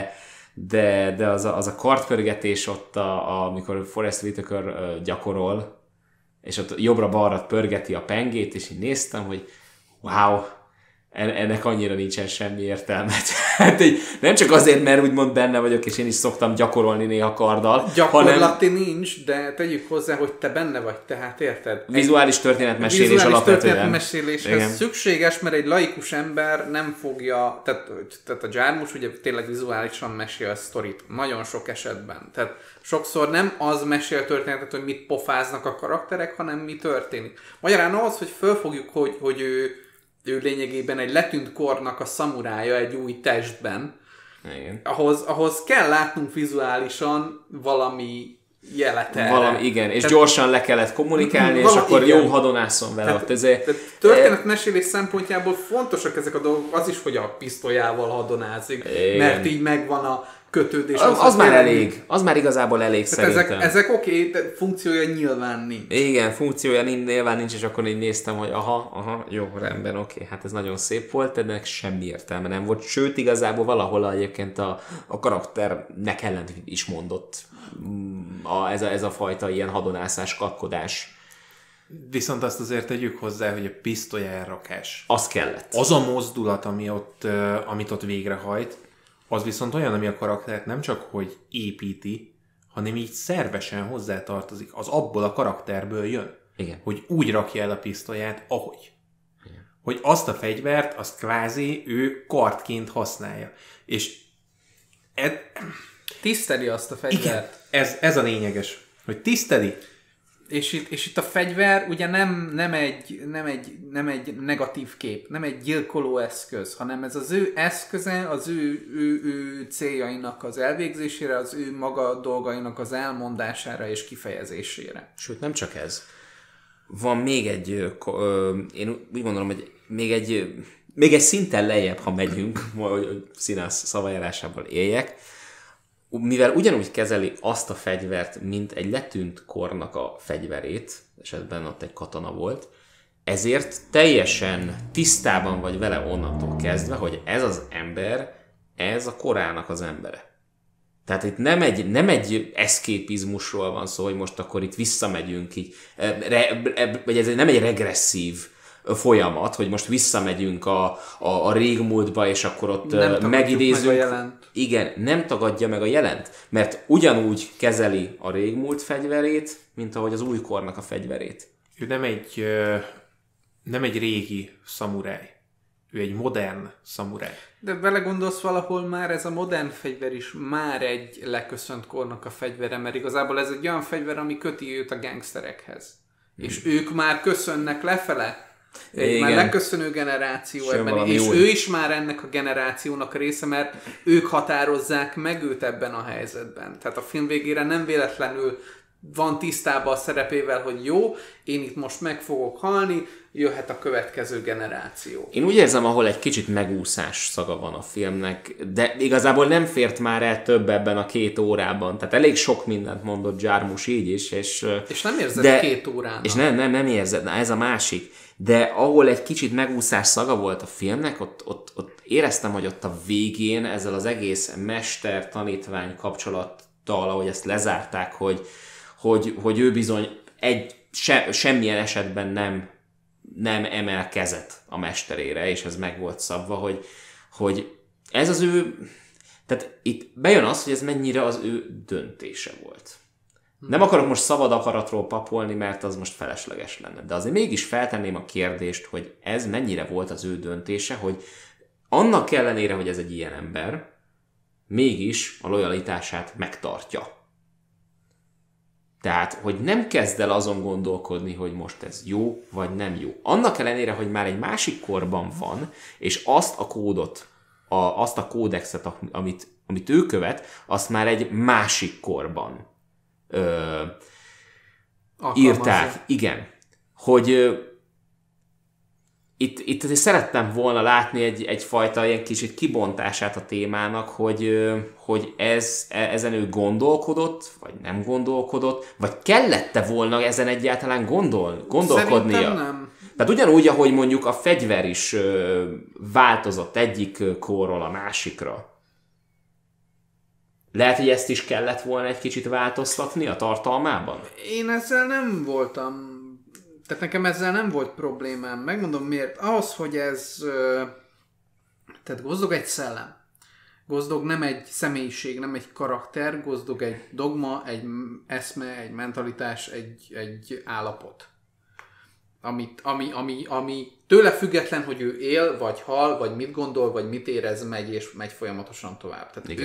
de az a kartpörgetés ott, amikor Forest Whitaker gyakorol, és ott jobbra-balra pörgeti a pengét, és így néztem, hogy wow, ennek annyira nincsen semmi értelme. Hát, nem csak azért, mert úgymond benne vagyok, és én is szoktam gyakorolni néha karddal. Gyakorlati nincs, de tegyük hozzá, hogy te benne vagy, tehát érted? Vizuális történetmesélés alapvetően. Történetmeséléshez szükséges, mert egy laikus ember nem fogja, tehát a Jarmusch ugye tényleg vizuálisan mesél a sztorit, nagyon sok esetben. Tehát sokszor nem az mesél történetet, hogy mit pofáznak a karakterek, hanem mi történik. Magyarán az, hogy fölfogjuk, hogy ő lényegében egy letűnt kornak a szamurája egy új testben. Igen. Ahhoz kell látnunk vizuálisan valami jelet erre. Valami, igen, és gyorsan le kellett kommunikálni, és akkor igen. Jó hadonászon vele ott. Történetmesélés szempontjából fontosak ezek a dolgok, az is, hogy a pisztolyával hadonázik, igen. Mert így megvan a kötődés. Az már elég. Az már igazából elég szerintem. Ezek oké, de funkciója nyilván nincs. Igen, funkciója nyilván nincs, és akkor így néztem, hogy aha, jó, rendben, oké, hát ez nagyon szép volt, de ennek semmi értelme nem volt. Sőt, igazából valahol egyébként a karakternek ellent is mondott ez a fajta ilyen hadonászás, kapkodás. Viszont azt azért tegyük hozzá, hogy a pisztoly elrakás. Az kellett. Az a mozdulat, amit ott végrehajt, az viszont olyan, ami a karaktert nem csak hogy építi, hanem így szervesen hozzátartozik. Az abból a karakterből jön. Igen. Hogy úgy rakja el a pisztolyát, ahogy. Igen. Hogy azt a fegyvert, azt kvázi ő kardként használja. És tiszteli azt a fegyvert. Igen, ez a lényeges. Hogy tiszteli. És itt a fegyver ugye nem egy negatív kép, nem egy gyilkoló eszköz, hanem ez az ő eszköze az ő céljainak az elvégzésére, az ő maga dolgainak az elmondására és kifejezésére. Sőt, nem csak ez. Van még egy, én úgy gondolom, hogy még egy szinten lejjebb, ha megyünk, hogy színász szavajárásával éljek. mivel ugyanúgy kezeli azt a fegyvert, mint egy letűnt kornak a fegyverét, esetben ott egy katana volt, ezért teljesen tisztában vagy vele onnantól kezdve, hogy ez az ember, ez a korának az embere. Tehát itt nem egy eszképizmusról van szó, hogy most akkor itt visszamegyünk így, vagy ez nem egy regresszív folyamat, hogy most visszamegyünk a régmúltba, és akkor ott megidézünk. Igen, nem tagadja meg a jelent, mert ugyanúgy kezeli a régmúlt fegyverét, mint ahogy az újkornak a fegyverét. Ő nem egy régi szamuráj. Ő egy modern szamuráj. De belegondolsz, valahol már ez a modern fegyver is már egy leköszönt kornak a fegyvere, mert igazából ez egy olyan fegyver, ami köti őt a gangsterekhez. És ők már köszönnek lefele. Egy már leköszönő generáció ebben, és ő is már ennek a generációnak a része, mert ők határozzák meg őt ebben a helyzetben. Tehát a film végére nem véletlenül van tisztában a szerepével, hogy jó, én itt most meg fogok halni, jöhet a következő generáció. Én úgy érzem, ahol egy kicsit megúszás szaga van a filmnek, de igazából nem fért már el több ebben a 2 órában. Tehát elég sok mindent mondott Jarmusch így is. És nem érzed 2 órának. És nem érzed, na ez a másik. De ahol egy kicsit megúszás szaga volt a filmnek, ott éreztem, hogy ott a végén ezzel az egész mester-tanítvány kapcsolattal, ahogy ezt lezárták, hogy ő bizony semmilyen esetben nem emel kezet a mesterére, és ez meg volt szabva, hogy ez az ő... Tehát itt bejön az, hogy ez mennyire az ő döntése volt. Nem akarok most szabad akaratról papolni, mert az most felesleges lenne. De azért mégis feltenném a kérdést, hogy ez mennyire volt az ő döntése, hogy annak ellenére, hogy ez egy ilyen ember, mégis a lojalitását megtartja. Tehát, hogy nem kezd el azon gondolkodni, hogy most ez jó, vagy nem jó. Annak ellenére, hogy már egy másik korban van, és azt a kódot, azt a kódexet, amit ő követ, azt már egy másik korban írták. Igen. Hogy itt azért szerettem volna látni egyfajta ilyen kicsit kibontását a témának, hogy ezen ő gondolkodott, vagy nem gondolkodott, vagy kellette volna ezen egyáltalán gondolkodnia. Szerintem nem. Tehát ugyanúgy, ahogy mondjuk a fegyver is változott egyik korról a másikra. Lehet, hogy ezt is kellett volna egy kicsit változtatni a tartalmában? Én ezzel nem voltam... Tehát nekem ezzel nem volt problémám. Megmondom miért. Ahhoz, hogy ez... Tehát Gozdog egy szellem. Gozdog nem egy személyiség, nem egy karakter. Gozdog egy dogma, egy eszme, egy mentalitás, egy állapot. Ami tőle független, hogy ő él, vagy hal, vagy mit gondol, vagy mit érez, megy folyamatosan tovább. Tehát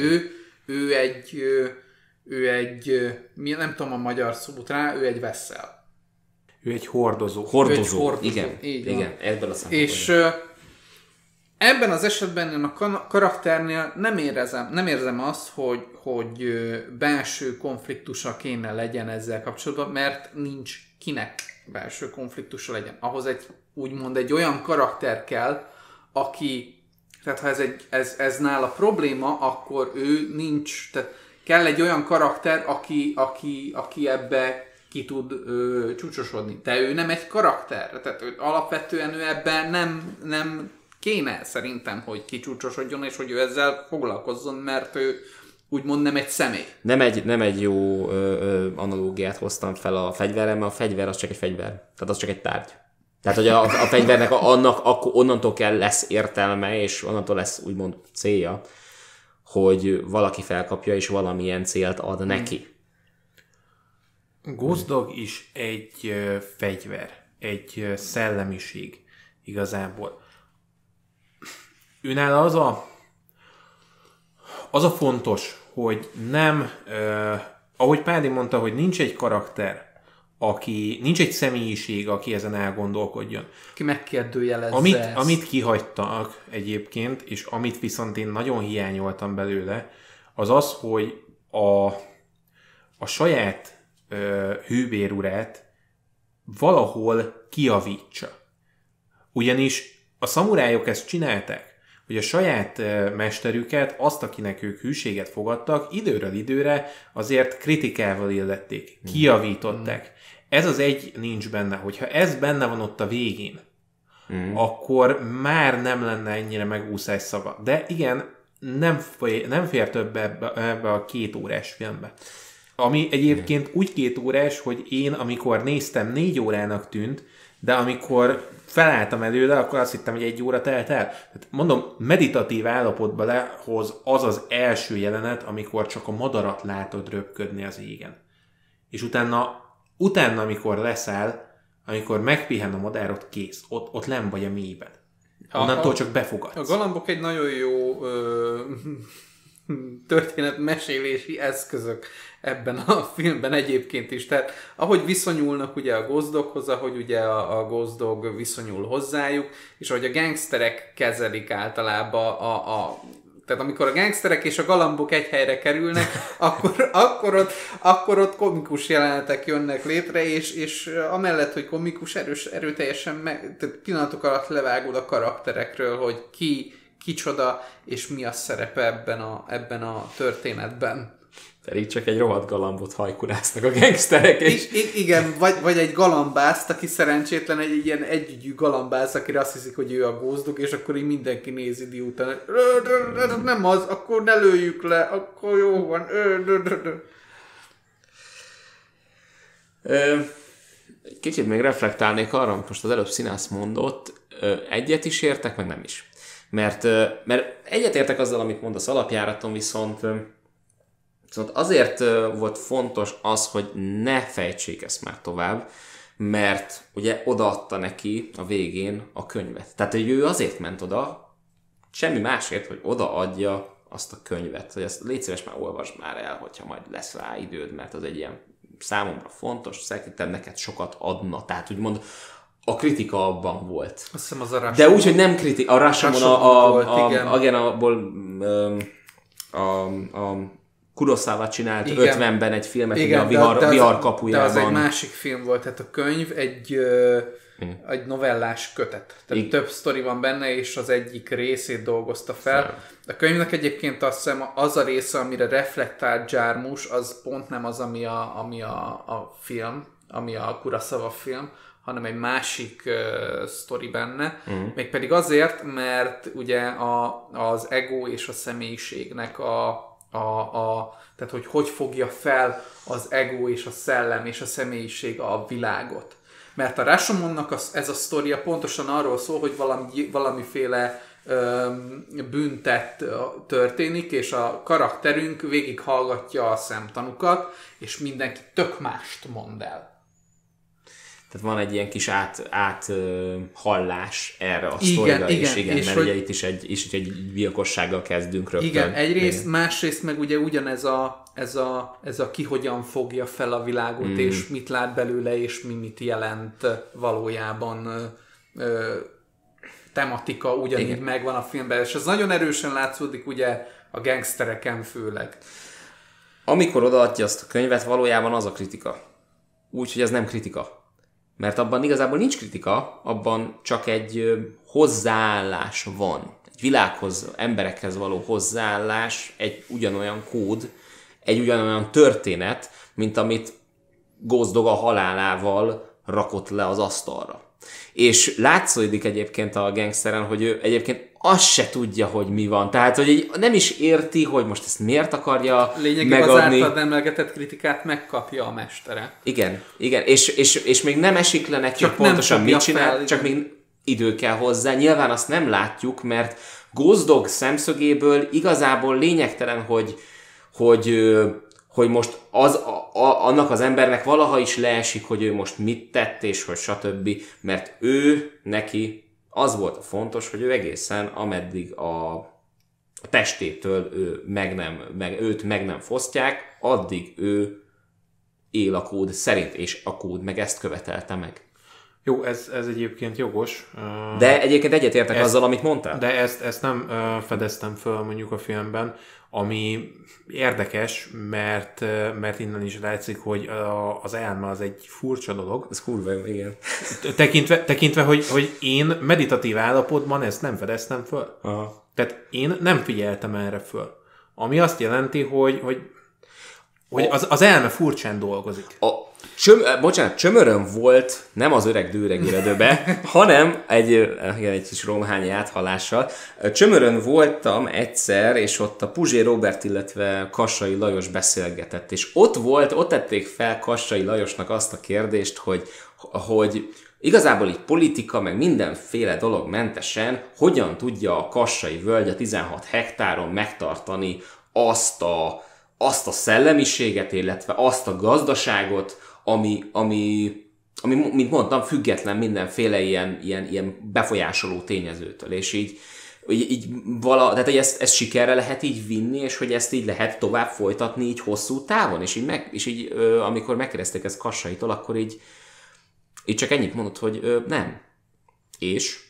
ő egy nem tudom a magyar szót rá, ő egy vesszel. Ő egy hordozó. Igen, ebben a szempontból. És ebben az esetben én a karakternél nem érzem azt, hogy belső konfliktusa kéne legyen ezzel kapcsolatban, mert nincs kinek belső konfliktusa legyen. Ahhoz úgymond egy olyan karakter kell, aki, tehát ha ez nála probléma, akkor ő nincs, tehát kell egy olyan karakter, aki ebbe ki tud csúcsosodni. De ő nem egy karakter. Tehát alapvetően ő ebben nem kéne szerintem, hogy kicsúcsosodjon, és hogy ő ezzel foglalkozzon, mert ő úgymond nem egy személy. Nem egy jó analógiát hoztam fel a fegyverre, mert a fegyver az csak egy fegyver. Tehát az csak egy tárgy. Tehát, hogy a fegyvernek annak akkor onnantól lesz értelme, és onnantól lesz úgymond célja, hogy valaki felkapja, és valamilyen célt ad neki. Gozdog is egy fegyver, egy szellemiség igazából. Őnála az a fontos, hogy nem, ahogy Pádi mondta, hogy nincs egy karakter, nincs egy személyiség, aki ezen elgondolkodjon. Ki megkérdőjelezze ezt. Amit kihagytak egyébként, és amit viszont én nagyon hiányoltam belőle, az, hogy a saját hőbérurát valahol kijavítsa. Ugyanis a szamurájok ezt csinálták, hogy a saját mesterüket, azt, akinek ők hűséget fogadtak, időről időre azért kritikával illették, kijavították. Ez az egy nincs benne. Hogyha ez benne van ott a végén, akkor már nem lenne ennyire megúszás szaga. De igen, nem fér több ebbe a 2 órás filmbe. Ami egyébként úgy 2 órás, hogy én, amikor néztem, 4 órának tűnt, de amikor felálltam előle, akkor azt hittem, hogy 1 óra telt el. Tehát mondom, meditatív állapotba lehoz az az első jelenet, amikor csak a madarat látod röpködni az égen. És utána amikor leszáll, amikor megpihen a madár, ott kész. Ott nem vagy a mélyben. Onnantól csak befogadsz. A galambok egy nagyon jó történetmesélési eszközök ebben a filmben egyébként is. Tehát ahogy viszonyulnak ugye a Ghost Doghoz, ahogy ugye a Ghost Dog viszonyul hozzájuk, és ahogy a gangsterek kezelik általában tehát amikor a gangsterek és a galambok egy helyre kerülnek, akkor ott komikus jelenetek jönnek létre, és amellett, hogy komikus, erőteljesen tehát pillanatok alatt levágod a karakterekről, hogy kicsoda, és mi a szerepe ebben a történetben. Pedig csak egy rohadt galambot hajkurásznak a gangsterek. Igen, vagy egy galambászt, aki szerencsétlen egy ilyen együgyű galambász, akire azt hiszik, hogy ő a Ghost Dog, és akkor így mindenki néz idő után. Nem az, akkor ne lőjük le, akkor jó van. Kicsit még reflektálnék arra, amit most az előbb Színász mondott. Egyet is értek, meg nem is. Mert egyet értek azzal, amit mondasz alapjáraton, viszont azért volt fontos az, hogy ne fejtsék ezt már tovább, mert ugye odaadta neki a végén a könyvet. Tehát, hogy ő azért ment oda, semmi másért, hogy odaadja azt a könyvet, hogy ezt légy szíves, már olvasd már el, hogyha majd lesz rá időd, mert az egy ilyen számomra fontos, szerintem neked sokat adna. Tehát úgymond a kritika abban volt. Azt hiszem az a Rashomon. De úgy, hogy nem kritika, a Rashomon a Kurosawa csinált 50-ben egy filmet, igen, ugye a vihar kapujában. De az egy másik film volt, tehát a könyv egy novellás kötet. Tehát több sztori van benne, és az egyik részét dolgozta fel. A könyvnek egyébként azt hiszem az a része, amire reflektált Jarmusch, az pont nem az, ami a film, ami a Kurosawa film, hanem egy másik sztori benne. Mégpedig azért, mert ugye az ego és a személyiségnek tehát hogy fogja fel az ego és a szellem és a személyiség a világot. Mert a Rashomonnak ez a sztoria pontosan arról szól, hogy valamiféle bűntett történik, és a karakterünk végighallgatja a szemtanukat, és mindenki tök mást mond el. Tehát van egy ilyen kis áthallás erre a sztorira is, igen, és mert ugye itt is egy gyilkossággal kezdünk rögtön. Igen, egyrészt, másrészt meg ugye ugyanez ez a ki hogyan fogja fel a világot, és mit lát belőle, és mit jelent valójában tematika ugyanígy igen. Megvan a filmben, és ez nagyon erősen látszódik ugye a gangstereken főleg. Amikor odaadja azt a könyvet, valójában az a kritika. Úgyhogy ez nem kritika. Mert abban igazából nincs kritika, abban csak egy hozzáállás van. Egy világhoz, emberekhez való hozzáállás, egy ugyanolyan kód, egy ugyanolyan történet, mint amit Ghost Dog a halálával rakott le az asztalra. És látszódik egyébként a gangsteren, hogy ő egyébként azt se tudja, hogy mi van. Tehát, hogy nem is érti, hogy most ezt miért akarja lényegében megadni. Lényegében az által emlegetett kritikát megkapja a mestere. Igen. És még nem esik le neki, csak pontosan mit csinál, csak még idő kell hozzá. Nyilván azt nem látjuk, mert Ghost Dog szemszögéből igazából lényegtelen, hogy most annak az embernek valaha is leesik, hogy ő most mit tett, és hogy stb. Mert neki az volt a fontos, hogy ő egészen ameddig a testétől őt meg nem fosztják, addig ő él a kód szerint, és a kód meg ezt követelte meg. Jó, ez egyébként jogos. De egyébként egyetértek azzal, amit mondtál. De ezt nem fedeztem föl mondjuk a filmben, ami érdekes, mert innen is látszik, hogy az elme az egy furcsa dolog. Ez kurva jó, igen. Tekintve hogy én meditatív állapotban ezt nem fedeztem föl. Aha. Tehát én nem figyeltem erre föl. Ami azt jelenti, hogy az elme furcsán dolgozik. Csömörön volt, nem az öreg dőregéredőbe, hanem egy kis romhányi áthallással. Csömörön voltam egyszer, és ott a Puzsé Róbert, illetve Kassai Lajos beszélgetett, és ott tették fel Kassai Lajosnak azt a kérdést, hogy igazából így politika, meg mindenféle dolog mentesen, hogyan tudja a Kassai völgy a 16 hektáron megtartani azt a szellemiséget, illetve azt a gazdaságot, ami mint mondtam, független mindenféle ilyen befolyásoló tényezőtől, és tehát hogy ezt sikerre lehet így vinni, és hogy ezt így lehet tovább folytatni így hosszú távon, és így amikor megkérdezték ezt Kassaitól, akkor így csak ennyit mondott, hogy nem. És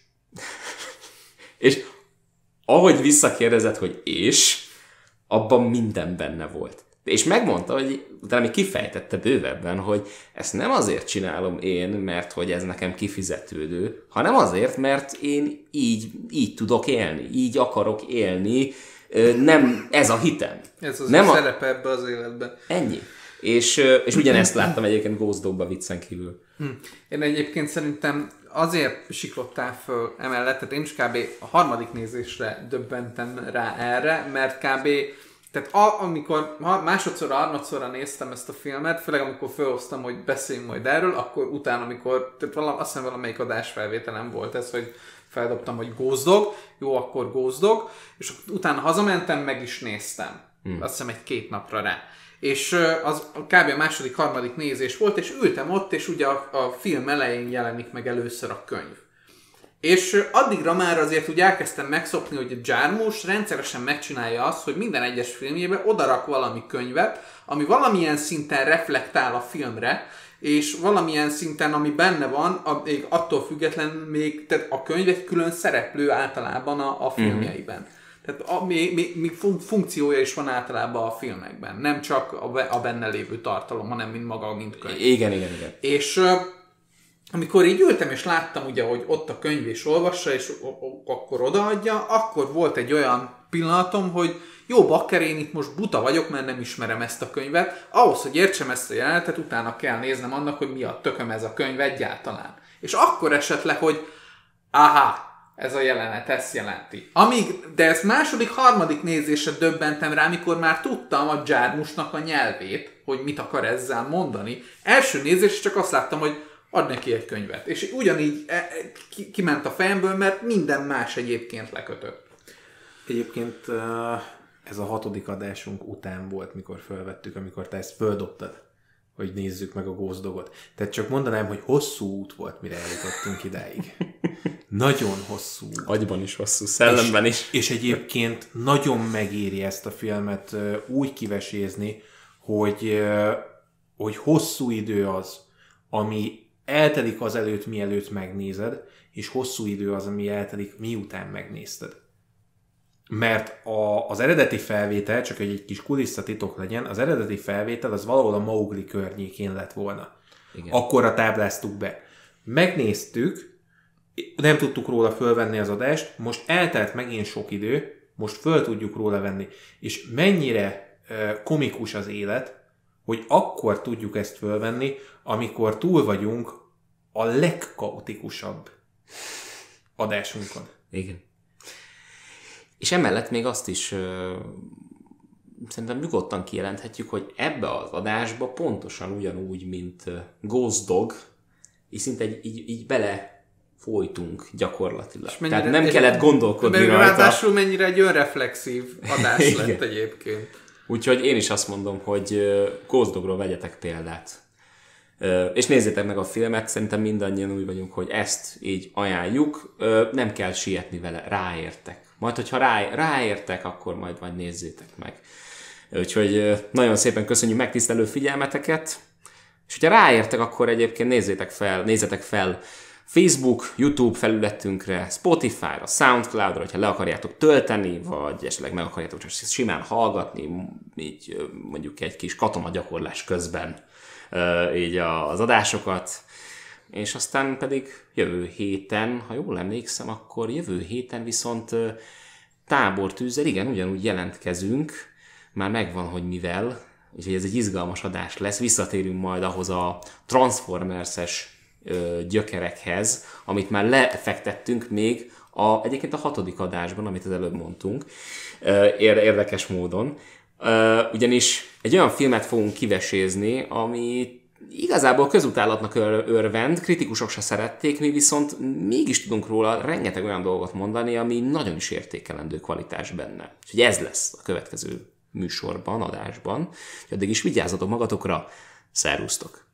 ahogy visszakérdezett, hogy abban minden benne volt. És megmondta, hogy utána még kifejtette bővebben, hogy ezt nem azért csinálom én, mert hogy ez nekem kifizetődő, hanem azért, mert én így tudok élni, így akarok élni, nem ez a hitem. Ez az nem a szerepe ebbe az életben. Ennyi. És ugyanezt láttam egyébként Ghost Dogba viccen kívül. Én egyébként szerintem azért siklottál föl emellett, tehát én is kb. A harmadik nézésre döbbentem rá erre, mert kb. Tehát amikor másodszorra, harmadszorra néztem ezt a filmet, főleg amikor felhoztam, hogy beszéljünk majd erről, akkor utána, tehát azt hiszem valamelyik adásfelvételem volt ez, hogy feldobtam, hogy Ghost Dog, jó, akkor Ghost Dog, és utána hazamentem, meg is néztem. Azt hiszem 1-2 napra rá. És az kb. A második, harmadik nézés volt, és ültem ott, és ugye a film elején jelenik meg először a könyv. És addigra már azért úgy elkezdtem megszokni, hogy a Jarmusch rendszeresen megcsinálja azt, hogy minden egyes filmjében odarak valami könyvet, ami valamilyen szinten reflektál a filmre, és valamilyen szinten, ami benne van, attól független még tehát a könyv egy külön szereplő általában a filmjeiben. Tehát még funkciója is van általában a filmekben. Nem csak a benne lévő tartalom, hanem mint maga, mint könyv. Igen. És amikor így ültem és láttam ugye, hogy ott a könyv és olvassa, és akkor odaadja, akkor volt egy olyan pillanatom, hogy jó bakker, én itt most buta vagyok, mert nem ismerem ezt a könyvet. Ahhoz, hogy értsem ezt a jelenetet, utána kell néznem annak, hogy mi a tököm ez a könyv egyáltalán. És akkor esett le, hogy ez a jelenet ezt jelenti. De ezt második, harmadik nézésre döbbentem rá, mikor már tudtam a Jarmuschnak a nyelvét, hogy mit akar ezzel mondani. Első nézés csak azt láttam, hogy ad neki egy könyvet. És ugyanígy kiment a fejemből, mert minden más egyébként lekötött. Egyébként ez a 6. adásunk után volt, mikor felvettük, amikor te ezt földobtad, hogy nézzük meg a Ghost Dogot. Tehát csak mondanám, hogy hosszú út volt, mire eljutottunk idáig. Nagyon hosszú út. Agyban is hosszú, szellemben is. És egyébként nagyon megéri ezt a filmet úgy kivesézni, hogy hosszú idő az, ami eltelik azelőtt, mielőtt megnézed, és hosszú idő az, ami eltelik, miután megnézted. Mert az eredeti felvétel, csak hogy egy kis kulisszatitok legyen, az eredeti felvétel az valahol a Mowgli környékén lett volna. Igen. Akkorra tábláztuk be. Megnéztük, nem tudtuk róla fölvenni az adást, most eltelt megint sok idő, most föl tudjuk róla venni. És mennyire komikus az élet, hogy akkor tudjuk ezt fölvenni, amikor túl vagyunk a legkaotikusabb adásunkon. Igen. És emellett még azt is szerintem nyugodtan kijelenthetjük, hogy ebbe az adásba pontosan ugyanúgy, mint Ghost Dog, és szinte így bele folytunk gyakorlatilag. Tehát nem kellett gondolkodni rajta. Ráadásul mennyire egy önreflexív adás lett egyébként. Úgyhogy én is azt mondom, hogy Ghost Dogról vegyetek példát. És nézzétek meg a filmet, szerintem mindannyian úgy vagyunk, hogy ezt így ajánljuk. Nem kell sietni vele, ráértek. Majd, hogyha ráértek, akkor majd nézzétek meg. Úgyhogy nagyon szépen köszönjük megtisztelő figyelmeteket. És hogyha ráértek, akkor egyébként nézzetek fel Facebook, YouTube felületünkre, Spotify-ra, Soundcloud-ra, hogyha le akarjátok tölteni, vagy esetleg meg akarjátok csak simán hallgatni, így mondjuk egy kis katonagyakorlás közben így az adásokat. És aztán pedig jövő héten, ha jól emlékszem, akkor jövő héten viszont tábortűzzel, igen, ugyanúgy jelentkezünk, már megvan, hogy mivel, úgyhogy ez egy izgalmas adás lesz, visszatérünk majd ahhoz a Transformers-es gyökerekhez, amit már lefektettünk még egyébként a 6. adásban, amit az előbb mondtunk, érdekes módon. Ugyanis egy olyan filmet fogunk kivesézni, ami igazából közutálatnak örvend, kritikusok se szerették, mi viszont mégis tudunk róla rengeteg olyan dolgot mondani, ami nagyon is értékelendő kvalitás benne. Úgyhogy ez lesz a következő műsorban, adásban. Addig is vigyázzatok magatokra, szervusztok!